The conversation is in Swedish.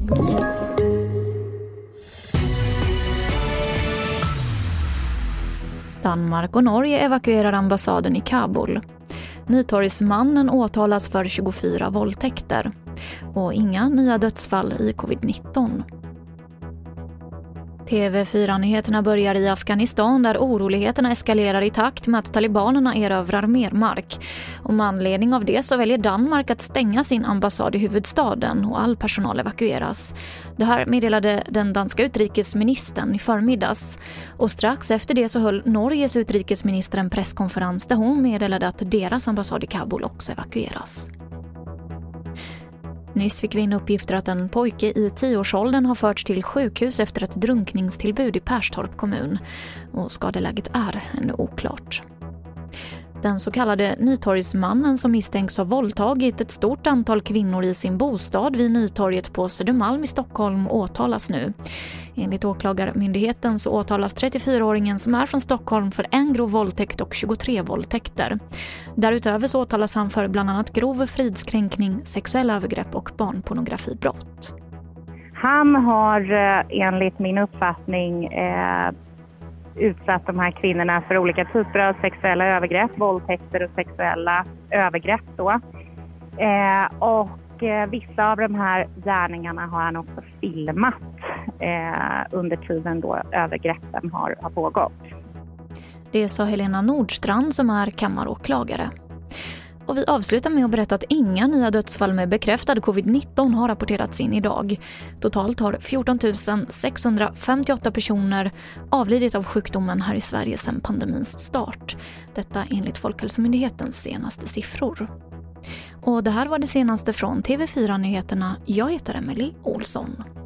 Danmark och Norge evakuerar ambassaden i Kabul. Nytorgsmannen åtalas för 24 våldtäkter. Och inga nya dödsfall i covid-19. TV4-nyheterna börjar i Afghanistan där oroligheterna eskalerar i takt med att talibanerna erövrar mer mark. Och med anledning av det så väljer Danmark att stänga sin ambassad i huvudstaden och all personal evakueras. Det här meddelade den danska utrikesministern i förmiddags. Och strax efter det så höll Norges utrikesminister en presskonferens där hon meddelade att deras ambassad i Kabul också evakueras. Nyss fick vi in uppgifter att en pojke i 10-årsåldern har förts till sjukhus efter ett drunkningstillbud i Perstorp kommun. Och skadeläget är ännu oklart. Den så kallade Nytorgsmannen som misstänks ha våldtagit ett stort antal kvinnor i sin bostad vid Nytorget på Södermalm i Stockholm åtalas nu. Enligt åklagarmyndigheten så åtalas 34-åringen som är från Stockholm för en grov våldtäkt och 23 våldtäkter. Därutöver så åtalas han för bland annat grov fridskränkning, sexuella övergrepp och barnpornografibrott. Han har enligt min uppfattning utsatt de här kvinnorna för olika typer av sexuella övergrepp, våldtäkter och sexuella övergrepp då. Vissa av de här gärningarna har han också filmat under tiden då övergreppen har pågått. Det sa Helena Nordstrand som är kammaråklagare. Och vi avslutar med att berätta att inga nya dödsfall med bekräftad covid-19 har rapporterats in idag. Totalt har 14 658 personer avlidit av sjukdomen här i Sverige sedan pandemins start. Detta enligt Folkhälsomyndighetens senaste siffror. Och det här var det senaste från TV4-nyheterna. Jag heter Emily Olsson.